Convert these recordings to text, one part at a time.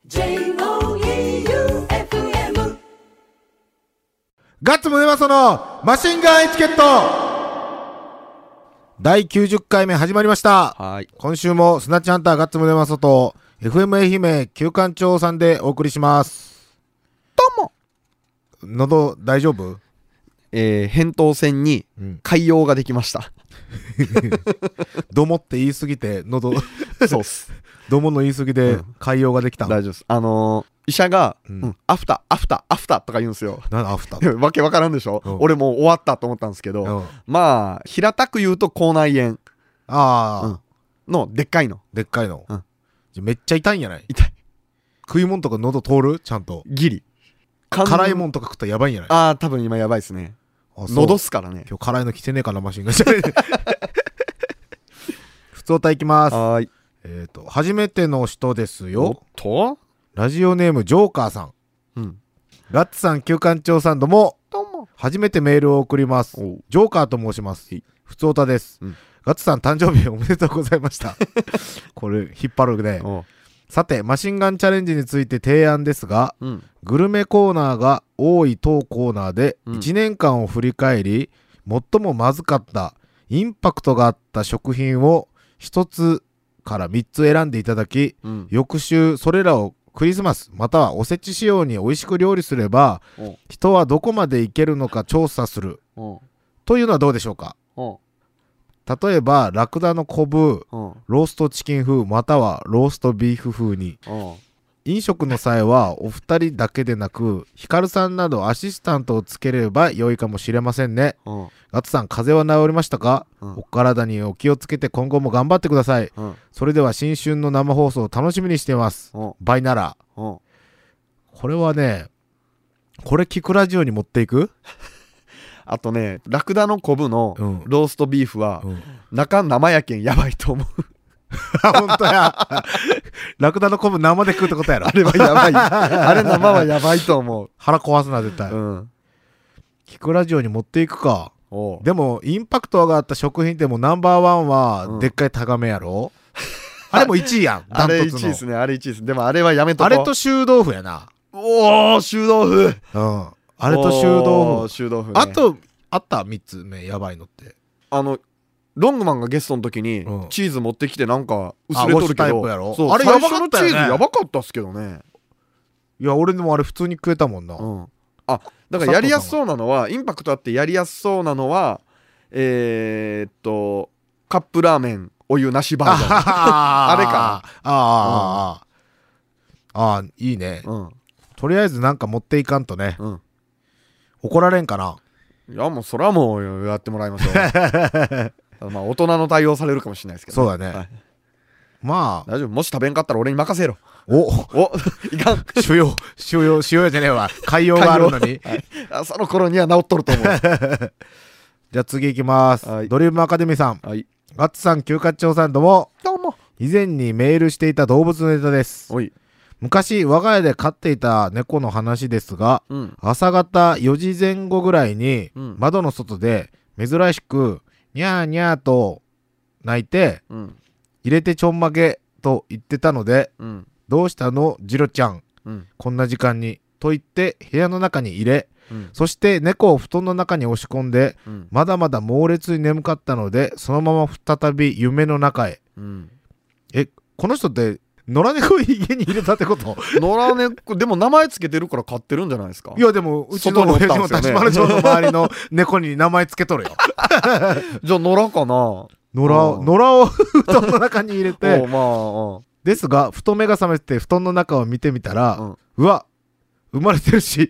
J-O-E-U-F-M ガッツムネマソのマシンガンエチケット第90回目始まりました。 はい。 今週もスナッチハンターガッツムネマソと FM 愛媛旧館長さんでお送りします。 どうも。 喉大丈夫？ 扁桃腺に潰瘍ができました。 どもって言いすぎて喉そうっす。 どもの言い過ぎで潰瘍ができた。 大丈夫です。医者が、アフターとか言うんですよ。 なんアフターわけわからんでしょ、俺もう終わったと思ったんですけど、まあ平たく言うと口内炎のでっかいの。 でっかいの、じゃめっちゃ痛いんやない？ 痛い。 食い物とか喉通る？ちゃんとギリ。 辛いもんとか食ったらやばいんやない？ ああ、多分今やばいっすね。喉っすからね。 今日辛いの来てねえかな、マシンが。普通歌いきます。 はい。 初めての人ですよ。 おっと、 ラジオネームジョーカーさん。ガッツさん、旧館長さん、どうも。初めてメールを送ります。ジョーカーと申します。普通歌です。ガッツさん、誕生日おめでとうございました。これ引っ張るね。さて、マシンガンチャレンジについて提案ですが、グルメコーナーが多い当コーナーで1年間を振り返り、最もまずかったインパクトがあった食品を1つから3つ選んでいただき、翌週それらをクリスマスまたはおせち仕様に美味しく料理すれば人はどこまでいけるのか調査するというのはどうでしょうか。例えばラクダの昆布、ローストチキン風またはローストビーフ風に。飲食の際はお二人だけでなくヒカルさんなどアシスタントをつければ良いかもしれませんね。ガッツさん、風邪は治りましたか？お体にお気をつけて今後も頑張ってください。それでは新春の生放送を楽しみにしています。バイなら。これはね、これ聞くラジオに持っていく？ あとね、ラクダの昆布のローストビーフは、中生やけんやばいと思う。 本当や。ラクダの昆布生で食うってことやろ。 あれはやばい。あれ生はやばいと思う。 腹壊すな絶対。聞くラジオに持っていくか。でもインパクトがあった食品ってもうナンバーワンはでっかいタガメやろ。あれも1位やん。 あれ1位ですね。あれ1位です。でもあれはやめとこう。 あれと臭豆腐やな。 おお、臭豆腐。 あれと臭豆腐。 臭豆腐ね。 あとあった3つ目やばいのって。 ロングマンがゲストの時にチーズ持ってきてなんか薄れとるけど、 あれやばかったよね。 チーズやばかったっすけどね。 いや俺でもあれ普通に食えたもんな。 あ、だからやりやすそうなのはインパクトあってやりやすそうなのはカップラーメンお湯なしバージョン。あれか。 いいね。とりあえずなんか持っていかんとね。怒られんかな。 いやもうそれはもうやってもらいましょう。まあ大人の対応されるかもしれないですけど、 そうだね。まあ大丈夫。もし食べんかったら俺に任せろ。いかん。 腫瘍じゃねえわ。潰瘍があるのに。 その頃には治っとると思う。 じゃあ次行きます。ドリームアカデミーさん、ガッツさん、旧館長さん、どうも。以前にメールしていた動物ネタです。昔我が家で飼っていた猫の話ですが、朝方4時前後ぐらいに窓の外で珍しくニャーニャーと鳴いて、入れてちょんまげと言ってたので、どうしたのジロちゃん、こんな時間にと言って部屋の中に入れ、そして猫を布団の中に押し込んで、まだまだ猛烈に眠かったのでそのまま再び夢の中へ。この人って野良猫家に入れたってこと？ 野良猫でも名前つけてるから飼ってるんじゃないですか。 いやでもうちの親父も立花町の周りの猫に名前つけとるよ。 じゃあ野良かな。 野良を布団の中に入れてですがふと目が覚めて布団の中を見てみたら、うわ生まれてるし。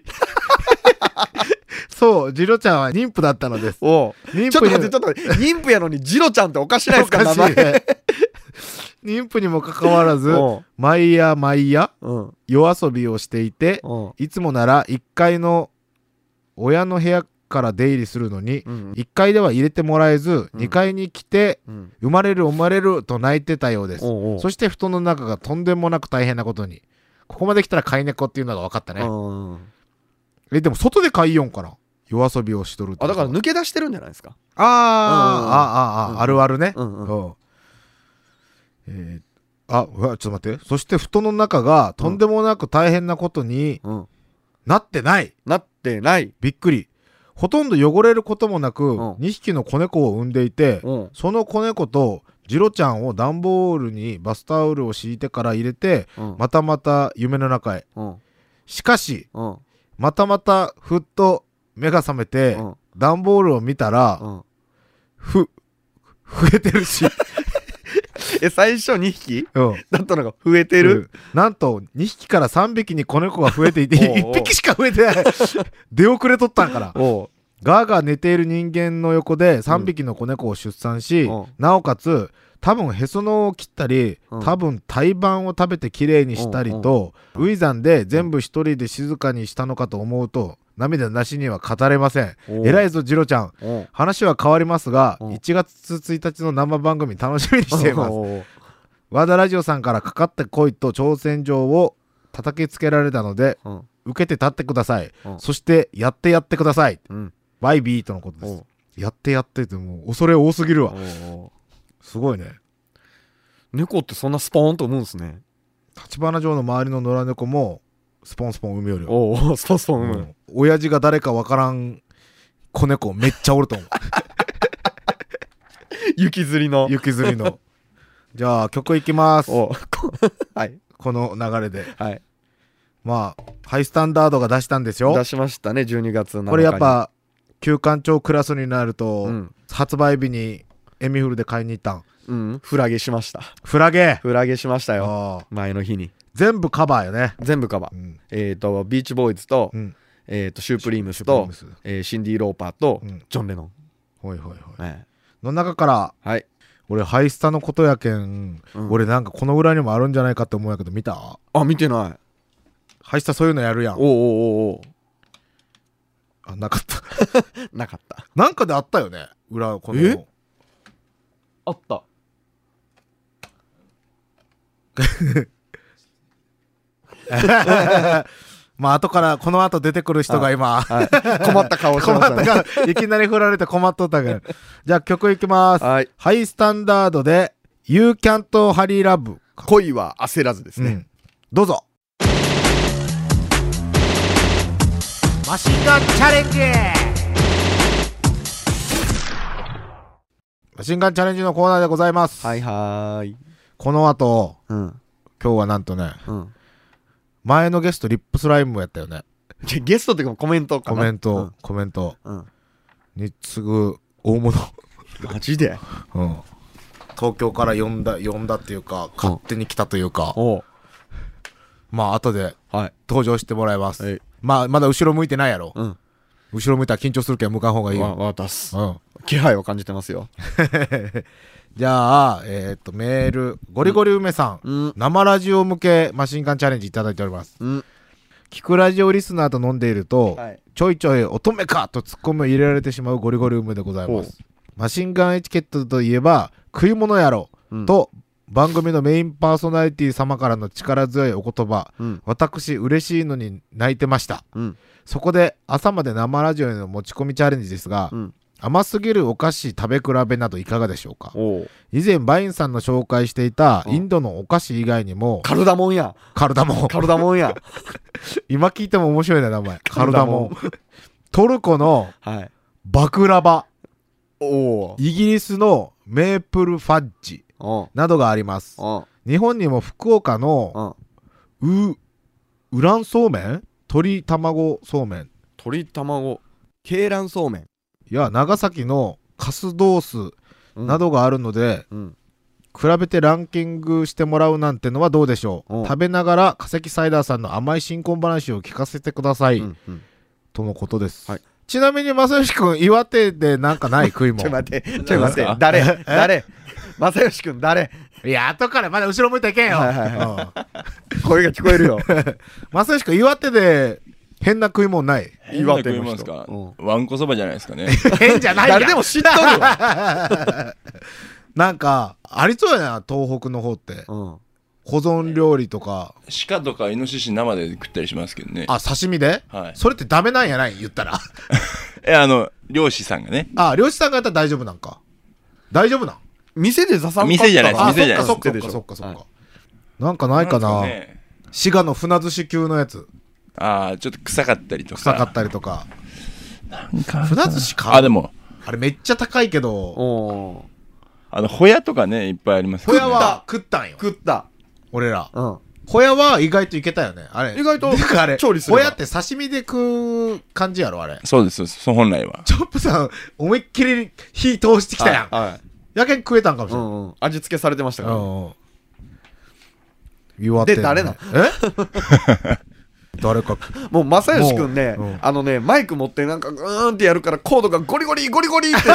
そう、ジロちゃんは妊婦だったのです。 ちょっと待って、妊婦やのにジロちゃんっておかしないですか？名前。 妊婦にもかかわらず毎夜夜遊びをしていて、いつもなら1階の親の部屋から出入りするのに、1階では入れてもらえず2階に来て、生まれると泣いてたようです。そして布団の中がとんでもなく大変なことに。ここまで来たら飼い猫っていうのが分かったね。でも外で飼いよんかな。夜遊びをしとるって。 だから抜け出してるんじゃないですか。 あるあるね。 あ、うわちょっと待って。そして布団の中がとんでもなく大変なことにうん。 なってない。 なってない。 びっくり。ほとんど汚れることもなく、 うん 2匹の子猫を産んでいて、 うん。 その子猫とジロちゃんを段ボールにバスタオルを敷いてから入れて、 うん。 またまた夢の中へ。 うん。 しかし、 うん。 またまたふっと目が覚めて、 うん。 段ボールを見たら、 うん。 増えてるし、 最初2匹うん、 だったのが増えてる。 なんと2匹から3匹に子猫が増えていて、 おうおう 1匹しか増えてない出遅れとったんから。 おう。 ガーガー寝ている人間の横で3匹の子猫を出産し、 うんなおかつ多分へその緒を切ったり、 うん多分胎盤を食べてきれいにしたりと、初産で全部一人で静かにしたのかと思うと涙なしには語れません。 おう偉いぞジロちゃん。 おう。 話は変わりますが、 うん 1月1日の生番組楽しみにしています。 おう和田ラジオさんからかかってこいと挑戦状を叩きつけられたので、 うん。 受けて立ってください。 うんそしてやってください。 うん。 バイビーとのことです。 おうやってってもう恐れ多すぎるわ。 おう。 すごいね。 猫ってそんなスポーンと産むんすね。 立花城の周りの野良猫もスポンスポン産みよるよ。 おお、スポスポン産む。 うん親父が誰かわからん子猫めっちゃおると思う。 雪吊りの。 雪吊りの。じゃあ曲いきます。 おうはい。 この流れで。 はい。 まあハイスタンダードが出したんですよ出。しましたね、12月7日に。 これやっぱ旧館長クラスになると、 うん。 発売日にエミフルで買いに行ったん。 うん。フラゲしました。 フラゲ。 フラゲしましたよ。 ああ前の日に。 全部カバーよね。 全部カバー。 うんビーチボーイズとう、ん。 シュープリームスとシュプリーム、スシンディ・ローパーとうん、 ジョン・レノン。 ほいほいほい。 ねの中からはい。 俺ハイスタのことやけん、 うん俺なんかこの裏にもあるんじゃないかって思うんやけど見た？ あ、見てない。 ハイスタそういうのやるやん。 おうおうおうおう。 あ、なかった。 なかった。 なんかであったよね。裏この。 えあった。 まあ後からこの後出てくる人が今はい。困った顔して困ましたね。 ったからいきなり振られて困っとったけど。じゃあ曲いきます。 はい。 ハイスタンダードで You Can't Hurry Love。 恋は焦らずですね。 うんどうぞ。マシンガンチャレンジ。マシンガンチャレンジのコーナーでございます。 はいはーい。 この後、 うん。 今日はなんとね、 うん。 前のゲストリップスライムやったよね。 ゲストっていうかコメントかな。 コメント、コメントうん。うん。 に次ぐ大物。 マジで。 うん。東京から呼んだっていうか、勝手に来たというか、 おう。 まあ後ではい。 登場してもらいます。 はい。 まあまだ後ろ向いてないやろ。 うん。 後ろ向いたら緊張するけん向かん方がいいよ。 渡す。 うん。 気配を感じてますよ。 じゃあ、メール、ゴリゴリ梅さん、 うん。 生ラジオ向けマシンガンチャレンジいただいております。 うん。 聞くラジオリスナーと飲んでいると、 はい。 ちょいちょい乙女かとツッコミを入れられてしまうゴリゴリ梅でございます。マシンガンエチケットといえば、食い物やろ、 うん、 と、番組のメインパーソナリティ様からの力強いお言葉、 うん。 私嬉しいのに泣いてました。 うん。 そこで朝まで生ラジオへの持ち込みチャレンジですが、 うん。 甘すぎるお菓子食べ比べなどいかがでしょうか。 おう。 以前バインさんの紹介していたうんインドのお菓子以外にも、 カルダモンや。 カルダモンカルダモンや。 今聞いても面白いね名前。カルダモンカルトルコのはい。 バクラバ、 おう。 イギリスのメープルファッジおう。 などがあります。 おう。 日本にも福岡のおう。 ウランそうめん、鶏卵そうめん鶏卵。鶏卵そうめん。 や長崎のカスドースうんな。どがあるので、 うん。 比べてランキングしてもらうなんてのはどうでしょう。 うん食べながら化石サイダーさんの甘い新婚話を聞かせてください、 うん。うん。 とのことです、 はいちなみに正義くん岩手でなんかない食い物ちょ待って。ちょ待って。誰誰正義くん誰いや後からまだ後ろ向いていけんよ、 はいはいうん声が聞こえるよ。 正義くん岩手で変な食い物ない変な食いますか、 うわんこそばじゃないですかね。 変じゃないやん誰でも知っとるわ。 なんかありそうやな東北の方ってうん。 保存料理とか鹿とかイノシシ生で食ったりしますけどね。 あ刺身ではい。 それってダメなんやない言ったら漁師さんがね。 あ漁師さんがやったら大丈夫なんか大丈夫なん店で出さんかったら店じゃないですあ店じゃないそっかそっかでしょそっかそっかそっか、 はいなんかないかな。 んですね滋賀の船寿司級のやつ。 ああ、ちょっと臭かったりとか。 臭かったりとか。 なんか船寿司か。 あ、でも、 あれめっちゃ高いけど、 おホヤとかね、いっぱいありますホヤは食ったんよ。 食った。 俺ら。 うん。 ホヤは意外といけたよね。あれ。 意外とてかあれ、 調理すればホヤって刺身で食う感じやろ、あれ。 そうです、そう本来は。 チョップさん、思いっきり火通してきたやん。 はい。 やけん食えたんかもしれない。 うんうん。味付けされてましたから。 うん。岩手で誰なんえ誰か。 もう正義くんねもううん、 マイク持ってなんかグーンってやるからコードがゴリゴリゴリゴリって。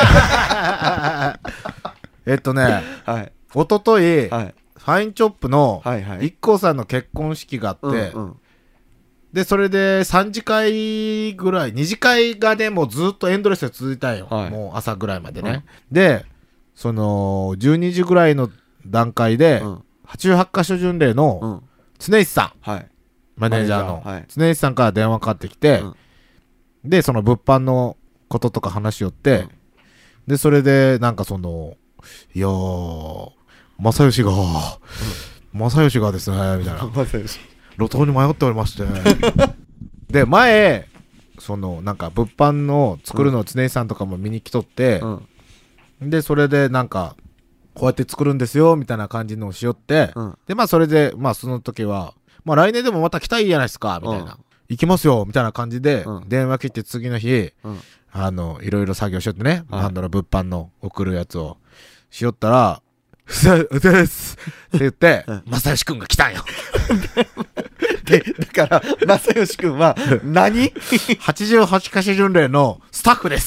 はい。 おととい、 はい。 ファインチョップのはいはい。 IKKO さんの結婚式があって、 うんうんで、それで3次会ぐらい、2次会がね、もうずっとエンドレスで続いたんよ。 はいもう朝ぐらいまでね。で、その、12時ぐらいの段階で、 うん 88カ所巡礼うのん。 常石さん、 はい。 マネージャーのマネージャーはい常石さんから電話かかってきて、 うんで、その物販のこととか話しよって、 うんで、それで、なんかその、いやー、正義が、正義がですね、みたいな。 正義。 路頭に迷っておりまして。で、前、その、なんか物販の作るのを常井さんとかも見に来とって、 うん。 で、それでなんか、こうやって作るんですよ、みたいな感じのをしよって、 うん。 で、まあそれで、まあその時は、まあ来年でもまた来たいじゃないですか、みたいな。 うん行きますよ、みたいな感じで、 うん電話切って次の日、 うん。 いろいろ作業しよってね、 はいハンドの物販の送るやつをしよったら、うざですって言って、正義くんが来たんよ。 で、だから、正義くんは何、 88カ所巡礼のスタッフです。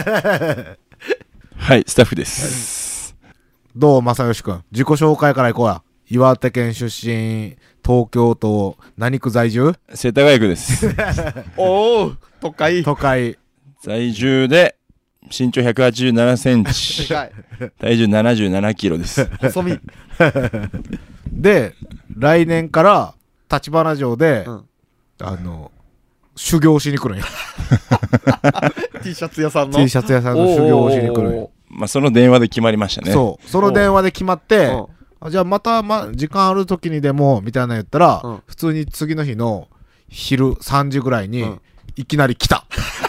はい、スタッフです。 どう、正義くん。自己紹介からいこうや。岩手県出身、東京都、何区在住？ 世田谷区です。 おお、都会。 都会。 在住で、身長187センでチ、 かい。 体重77キロです。 細身。 で、来年から、立花城で、 うん。 修行しに来るんよ。 T シャツ屋さんの。 T シャツ屋さんの修行をしに来るんよ。 まあ、その電話で決まりましたね。 そう。その電話で決まって、 うんあじゃあまた、時間ある時にでも、みたいなの言ったら、 うん普通に次の日の昼3時ぐらいに、 うんいきなり来た。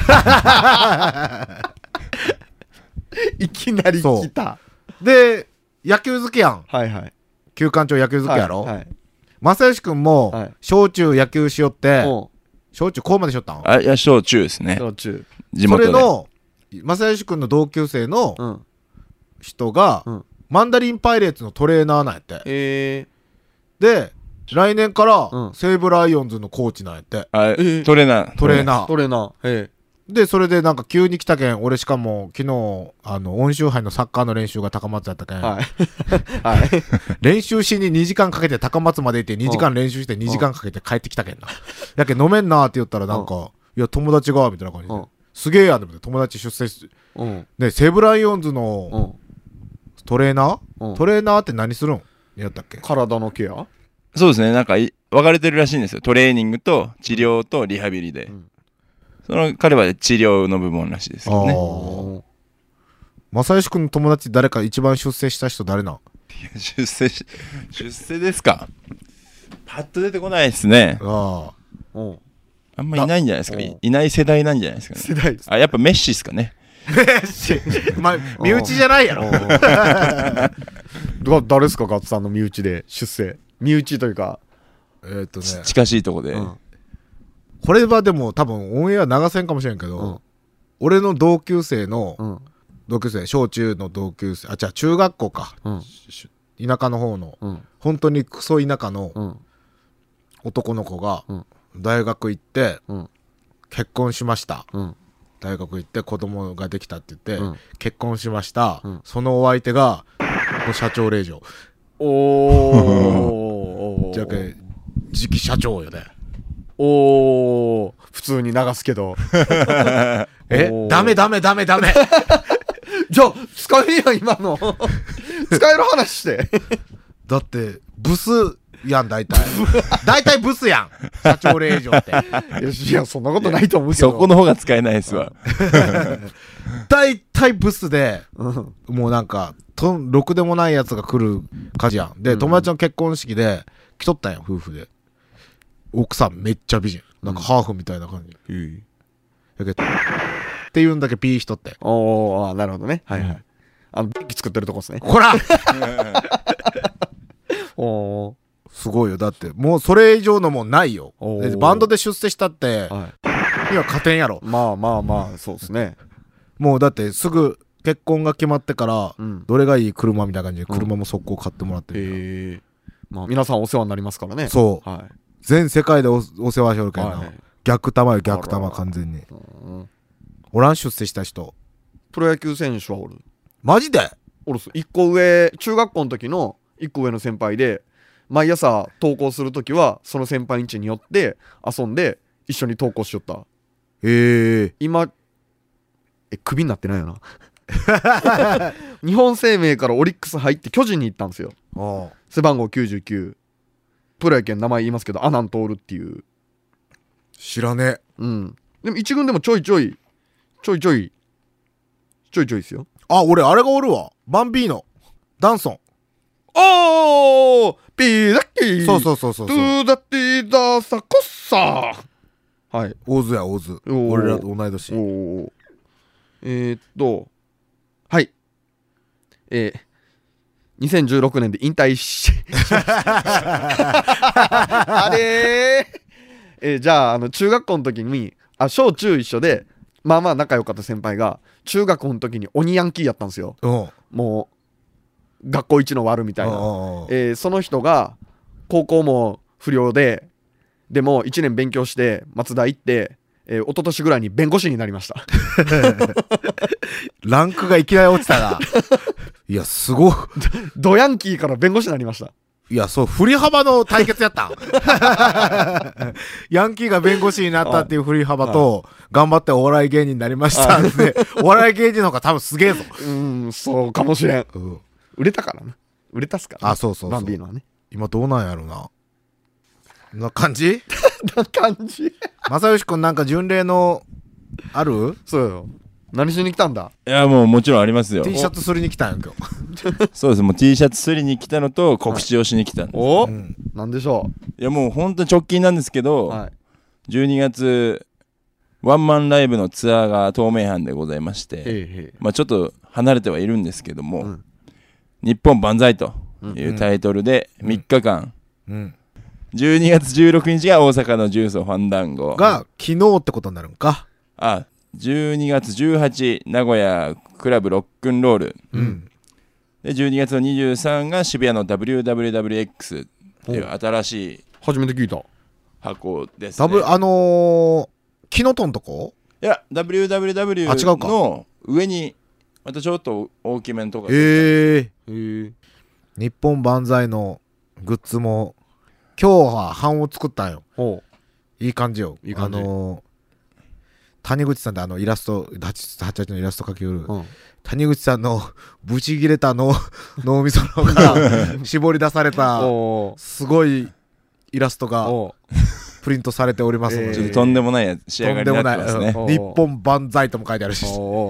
いきなり来た。 で、野球好きやん。 はいはい。 旧館長野球好きやろ、 はい。 正義くんも、 はい小中野球しよって、 お小中こうまでしよったんあ、いや、小中ですね。 小中。 そ地元で。 れの、正義くんの同級生のうん。 人が、 うんマンダリンパイレーツのトレーナーなんやって。 えで、来年から、 うん西武ライオンズのコーチなんやって。 あートレーナー。 ー。 トレーナー。 トレーナー。 で、それでなんか急に来たけん、俺しかも昨日、温州杯のサッカーの練習が高松やったけん、 はい。はい。 練習しに2時間かけて高松まで行って2時間練習して2時間かけて帰ってきたけんな。やけん飲めんなーって言ったらなんか、いや、友達が、みたいな感じで。 うんすげえやん、でも友達出世し、 うん。 ね、西武ライオンズうのん。 トレーナー、 うんトレーナーって何するんやったっけ？ 体のケア。 そうですね。なんか分かれてるらしいんですよ。トレーニングと治療とリハビリで。 んその彼は治療の部門らしいですけどね。 正義くんの友達誰か一番出世した人誰なん？ 出世ですか。パッと出てこないですね。 ああ。 うん。 あんまいないんじゃないですか。 うんいない世代なんじゃないですかね。 世代です。 あ、やっぱメッシですかね。 まあ、身内じゃないやろ。 誰ですか、ガッツさんの身内で出世。身内というか。 ね、 近しいとこで。 うんこれはでも多分オンエア流せんかもしれんけど、 うん俺の同級生の、 うん。 同級生、小中の同級生、じゃあ中学校か。 うん。 田舎の方の、 うん。 本当にクソ田舎のうん。 男の子がうん、 大学行って、 うん。 結婚しました。 うん。 大学行って子供ができたって言って、 うん結婚しました。 うんそのお相手が、社長令嬢。 おー。 じゃけ、次期社長よね。 おー。普通に流すけど。 えおーダメダメダメダメ。 じゃあ、使えやん、今の。使える話して。 だって、ブスやん、大体。大体ブスやん。社長令嬢って。 いや、そんなことないと思うけど。 そこの方が使えないですわ。 大体ブスで、 うんもうなんか、ろくでもないやつが来る感じやん。で、友達の結婚式で来とったんや、夫婦で。奥さんめっちゃ美人。なんかハーフみたいな感じ。やけどっていうんだけピーしとって。 おー、なるほどね。はいはい。電気作ってるとこですね。 こらおー。 すごいよ。だって、もうそれ以上のもんないよ。 おーでバンドで出世したって、 は今勝てんやろ。 まあまあまあ、そうですね。 もうだってすぐ結婚が決まってから、 うん。 どれがいい車みたいな感じで車も速攻買ってもらってる。 まあ皆さんお世話になりますからね。 そう。 は全世界でお世話しよるけんな。 はい逆玉よ、逆玉完全に。 い。うんおらん出世した人。 プロ野球選手はおる。 マジでおるっす。一個上、中学校の時の一個上の先輩で、毎朝登校する時は、その先輩ん家に寄って遊んで、一緒に登校しよった。今、クビになってないよな。日本生命からオリックス入って巨人に行ったんですよ。 ああ。 背番号99。プロ野球の名前言いますけど、阿南徹っていう。 知らねえ。 うん。でも一軍でもちょいちょいですよ。 あ、俺あれがおるわ。バンビーノ。ダンソン。 おーピーダッキーそうそうそうそう。 トゥーダッティーダーサコッサーはい。 大津や、大津。 ー俺らと同い年。 おはい2016年で引退しあれじゃあ中学校の時に小中一緒でまあまあ仲良かった先輩が中学校の時に鬼ヤンキーやったんですよ。 うん。 もう学校一の悪みたいな。その人が高校も不良でも1年勉強して松田行って一昨年ぐらいに弁護士になりました。 ランクがいきなり落ちたな。いや、すごい。 ドヤンキーから弁護士になりました。 いや、そう、振り幅の対決やったん。ヤンキーが弁護士になったっていう振り幅と、頑張ってお笑い芸人になりましたって、お笑い芸人の方が多分すげえぞ。 そうかもしれん。 うん、 売れたからな。売れたっすから、ね。 あ、そうそうそう。 バンビーノはね。 今どうなんやろな。こんな感じな感じ。 正義くんなんか巡礼の、ある？ そうよ。何しに来たんだ？ いやもうもちろんありますよ。 T シャツすりに来たんや今日。 そうです。もう T シャツすりに来たのと告知をしに来たんです。 お、 うんなんでしょいやもうほんと直近なんですけど、 う。はい。 12月ワンマンライブのツアーが東名阪でございまして、まあちょっと離れてはいるんですけども、日本万歳というタイトルで3日間、12月16日が大阪の重曹ファンダンゴが昨日ってことになるんか。 12月18名古屋クラブロックンロール、で12月の23が渋谷の WWWX っていう新しい初めて聞いた。 箱ですね。 キノトンとこ？ いや WWW あ違うかの上にまたちょっと大きめのとこ日本万歳のグッズも今日は版を作ったんよ。いい感じよ。 いい感じ。 谷口さんでイラスト88のイラスト描きうる、谷口さんのブチ切れた脳みそのから絞り出されたすごいイラストがプリントされておりますので、 ちょっととんでもないやつ仕上がりになってますね。 日本万歳とも書いてあるし、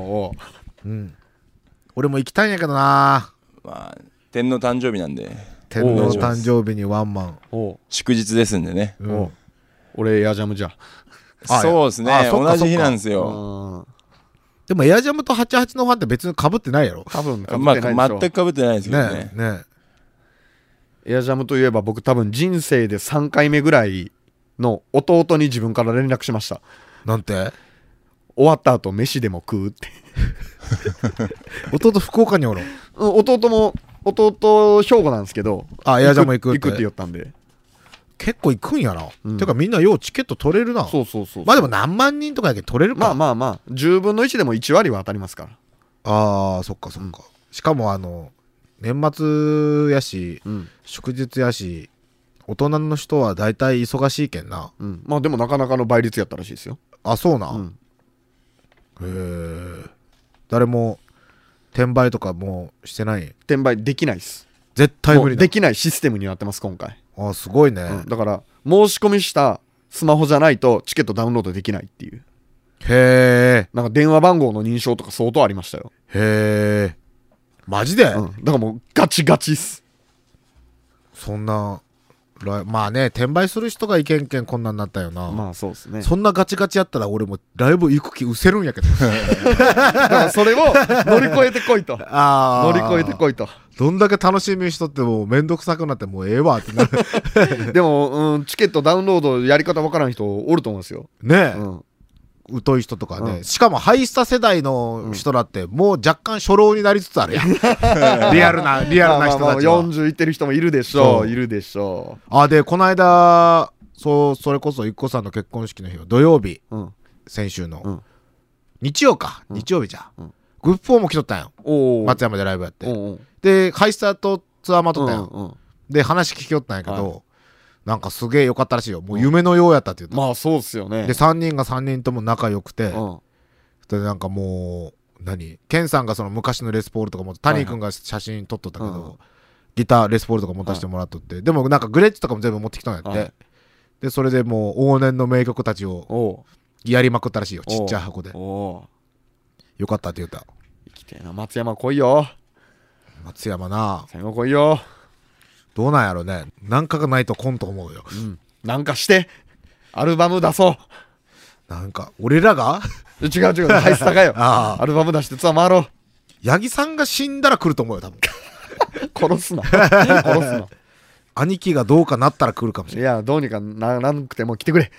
俺も行きたいんやけどな。 まあ天皇誕生日なんで、 天皇誕生日にワンマン祝日ですんでね。 俺エアジャムじゃ。 そうですね。同じ日なんですよ。 でもエアジャムと88のファンって別に被ってないやろ。 多分まあ全く被ってないですけどね。 エアジャムといえば僕多分人生で3回目ぐらいの弟に自分から連絡しました。 なんて？ 終わった後飯でも食うって。 弟福岡におろ。 弟兵庫なんですけど、 エアジャム行くって言ったんで。 結構行くんやな。てかみんなようチケット取れるな。 そう。 まあでも何万人とかやけど取れるか。 まあ10分の1でも1割は当たりますから。 そっか。しかも年末やし、祝日やし、大人の人は大体忙しいけんな。 まあでもなかなかの倍率やったらしいですよ。 そうな。へえ。誰も転売とかもうしてない？ 転売できないっす。 絶対無理だ。 できないシステムになってます今回。 すごいね。 だから申し込みしたスマホじゃないとチケットダウンロードできないっていう。 へえ。 なんか電話番号の認証とか相当ありましたよ。 へえ。マジで、 だからもうガチガチっす。 そんなまあね、転売する人がいけんけんこんなんなったよな。 まあそうですね。 そんなガチガチやったら俺もライブ行く気失せるんやけど。 だからそれを乗り越えてこいと。 乗り越えてこいと。 どんだけ楽しみにしとってもめんどくさくなってもうええわってなる。 でも、チケットダウンロードやり方わからん人おると思うんですよ。 ねえ。疎い人とかね、しかもハイスタ世代の人だってもう若干初老になりつつあるやん。リアルな人たちは。 まあ40いってる人もいるでしょう。いるでしょう。 でこの間それこそ一個さんの結婚式の日は土曜日、先週の、日曜日じゃ、グループ4も来とったんよ。松山でライブやって、でハイスタとツアーまとったんよ。で話聞きよったんやけど、なんかすげえ良かったらしいよ。もう夢のようやったって言うと。 まあそうっすよね。 で3人が3人とも仲良くて、でなんかもうケンさんがその昔のレスポールとかもタニー君が写真撮っとったけど、ギターレスポールとか持たせてもらっとって、でもなんかグレッチとかも全部持ってきたんやって、でそれでもう往年の名曲たちをやりまくったらしいよ、ちっちゃい箱で。よかったって言った。 生きてえな。松山来いよ。 松山な。 松山来いよ。 どうなんやろね。なんかがないと来んと思うよ。 なんかしてアルバム出そう。 なんか俺らが違うハイスタがよ。アルバム出してツアー回ろう。 八木さんが死んだら来ると思うよ多分。 殺すな。 兄貴がどうかなったら来るかもしれない。 いやどうにかならなくても来てくれ。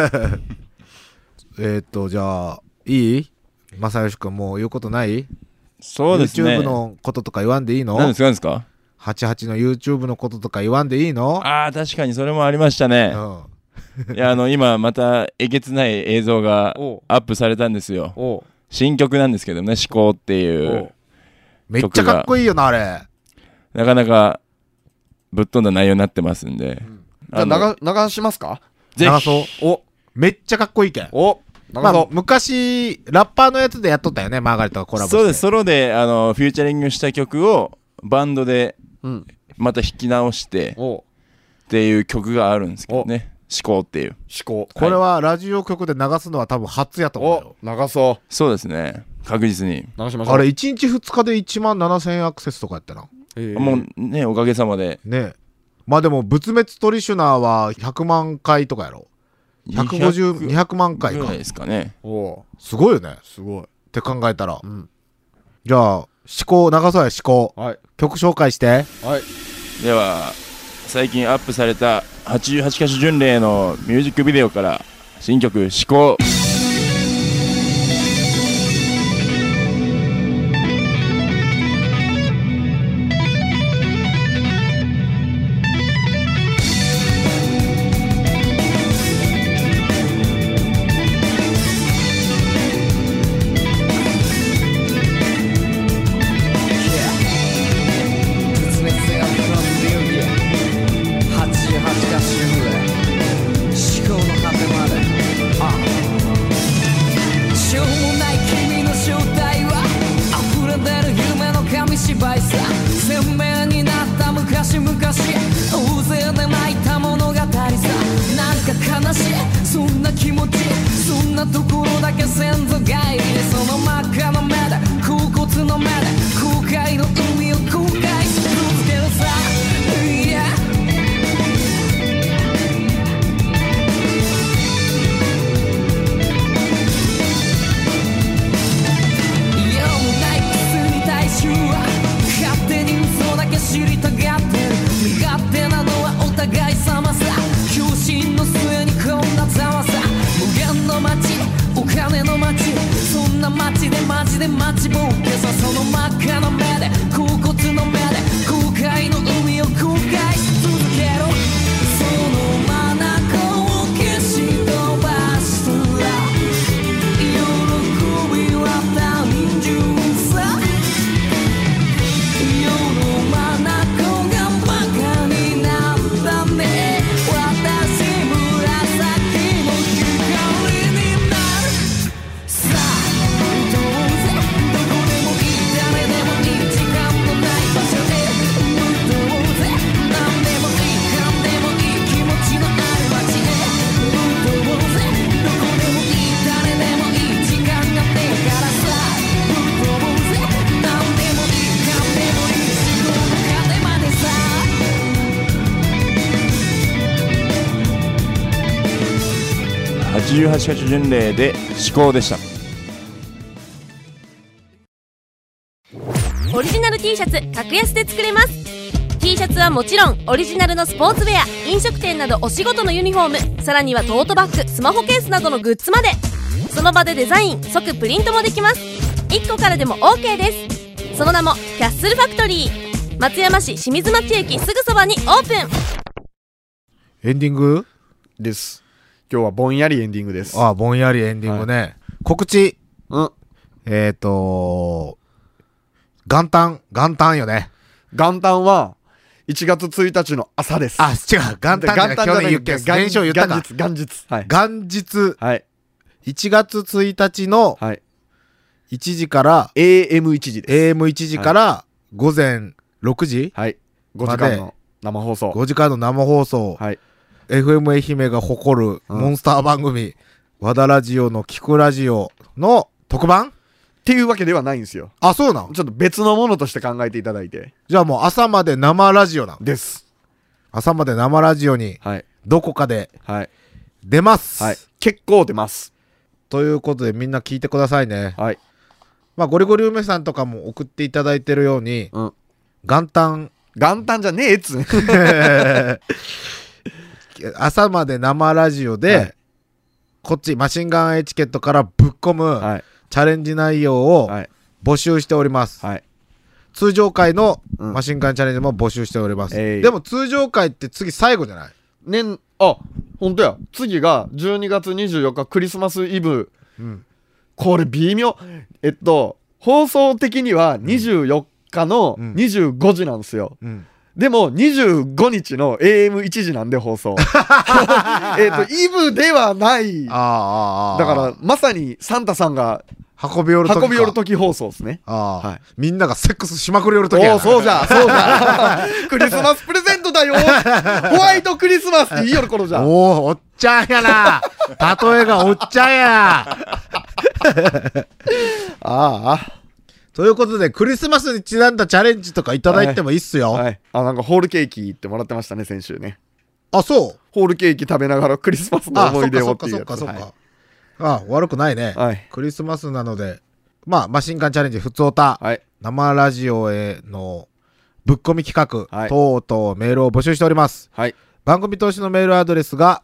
じゃあいい？正義君もう言うことない？ そうですね。 YouTube のこととか言わんでいいの？ 何ですか 88の YouTube のこととか言わんでいいの？ 確かにそれもありましたね。いや今またえげつない映像がアップされたんですよ。新曲なんですけどね、思考っていうめっちゃかっこいいよなあれ。 なかなかぶっ飛んだ内容になってますんで、 流しますか？ 流そう。めっちゃかっこいいけん。昔ラッパーのやつでやっとったよね、マーガレットがコラボして。 そうです。ソロでフューチャリングした曲をバンドでまた弾き直してっていう曲があるんですけどね、思考っていう。 これはラジオ局で流すのは多分初やと思うよ。 流そう。 そうですね、確実に流しましょう。 あれ1日2日で17000アクセスとかやったな。 もうね、おかげさまでね。まあでも仏滅トリシュナーは100万回とかやろ。150、200万回かですかね。 すごいよね。 すごいって考えたら、じゃあ思考流そうや。思考、曲紹介して。 では最近アップされた88カ所巡礼のミュージックビデオから新曲思考。 誰でもいい時間のない場所で 88カ所巡礼で施行でした。 オリジナル T シャツ格安で作れます。 T シャツはもちろんオリジナルのスポーツウェア、飲食店などお仕事のユニフォーム、さらにはトートバッグ、スマホケースなどのグッズまで、その場でデザイン即プリントもできます。1個からでも OK です。その名もキャッスルファクトリー。松山市清水町駅すぐそばにオープン。 エンディングです。今日はぼんやりエンディングです。 ああ、ぼんやりエンディングね、はい、告知。元旦よね。 元旦は1月1日の朝です。 あ、違う、元旦じゃない、去年言ったやつ、現象言ったか。 元日、はい、 元日、 はい、 1月1日の1時から、 AM1 時です。 AM1 時から午前6時、 はい、5時間の生放送。 5時間の生放送、はい、FM 愛媛が誇るモンスター番組、和田ラジオの聞くラジオの特番っていうわけではないんですよ。 あ、そうなの？ ちょっと別のものとして考えていただいて。 じゃあもう朝まで生ラジオなんです。 朝まで生ラジオに、どこかで出ます。 はい。結構出ます。 ということでみんな聞いてくださいね。 はい。 まあゴリゴリ梅さんとかも送っていただいてるように、 うん、 元旦じゃねえっつ朝まで生ラジオで、はい、こっちマシンガンエチケットからぶっ込む、はい、チャレンジ内容を募集しております、はい、通常回のマシンガンチャレンジも募集しております、でも通常回って次最後じゃない？ あ、ほんとや、次が12月24日クリスマスイブ、うん、これ微妙。放送的には24日の25時なんですよ、うん、でも25日の AM1 時なんで放送イブではない。だからまさにサンタさんが運び寄る時放送ですね。 はい、みんながセックスしまくり寄る時やな。 そうじゃクリスマスプレゼントだよホワイトクリスマスって言いよる頃じゃ。 おっちゃんやな例えがおっちゃんやということでクリスマスにちなんだチャレンジとかいただいてもいいっすよ。 はい、なんかホールケーキってもらってましたね先週ね。 あ、そう。 ホールケーキ食べながらクリスマスの思い出をっていうやつ。 そうか。悪くないね、はい、クリスマスなので、まあマシンガンチャレンジふつおた、はい、生ラジオへのぶっ込み企画、はい、等々メールを募集しております、はい、番組投資のメールアドレスが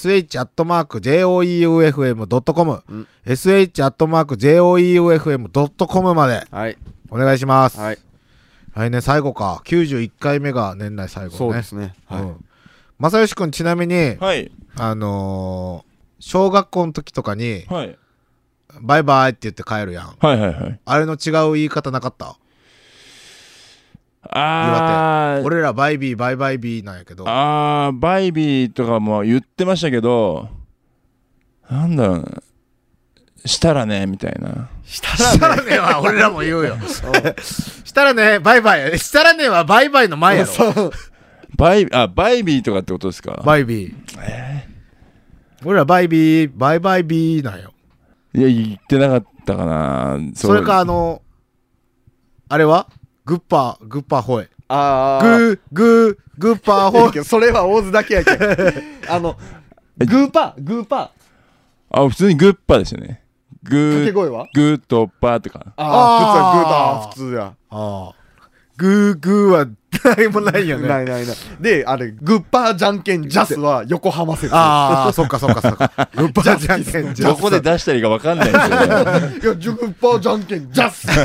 sh@joeufm.com、sh@joeufm.com までお願いします、はい、来年最後か。91回目が年内最後ね。 そうですね、はい、 正義くんちなみに、 はい、 小学校の時とかに、はい、バイバイって言って帰るやん、 はいはいはい、 あれの違う言い方なかった？俺らバイビーバイバイビーなんやけど、 バイビーとかも言ってましたけど、なんだろうな、したらねみたいな。 したらねは俺らも言うよしたらねバイバイ、したらねはバイバイの前やろバイビーとかってことですか？ バイビー、俺らバイビーバイバイビーなんよ。 いや言ってなかったかな。 それかあれはグッパーホエ、グッパーホエそれは大津だけやけんグーパー普通にグッパですよね。 掛け声はグーとパーとか。 普通や。 グーは何もないよね。 ないで、あれグッパーじゃんけんジャスは横浜説。 そっかグッパーじゃんけんジャス、 どこで出したらいいか分かんないですよね。いや、 グッパーじゃんけんジャス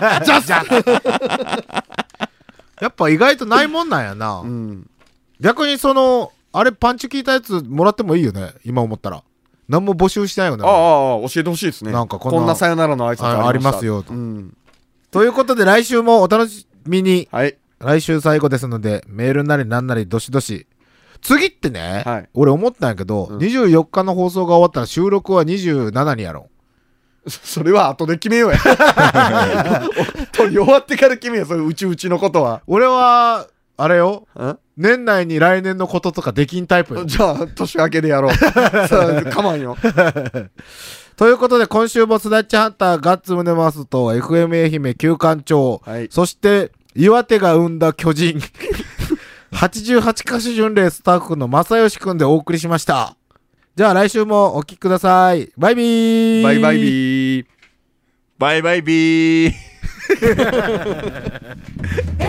やっぱ意外とないもんなんやな、うん、逆にあれパンチ効いたやつもらってもいいよね。今思ったら何も募集してないよね。 教えてほしいですね。なんかこんなさよならの挨拶ありますよと、ということで来週もお楽しみに、はい、来週最後ですのでメールなりなんなりどしどし。次ってね、はい、俺思ったんやけど、24日の放送が終わったら収録は27にやろう。 それは後で決めようや撮り終わってから決めよう。それうちのことは。 俺はあれよ、年内に来年のこととかできんタイプよ。 じゃあ年明けでやろうかまんよということで今週もスナッチハンターガッツムネマスと FM 愛媛旧館長、はい、そして岩手が生んだ巨人88カ所巡礼スタッフの正義くんでお送りしました。 じゃあ来週もお聞きください。バイビー。 バイバイビー。 バイバイビー。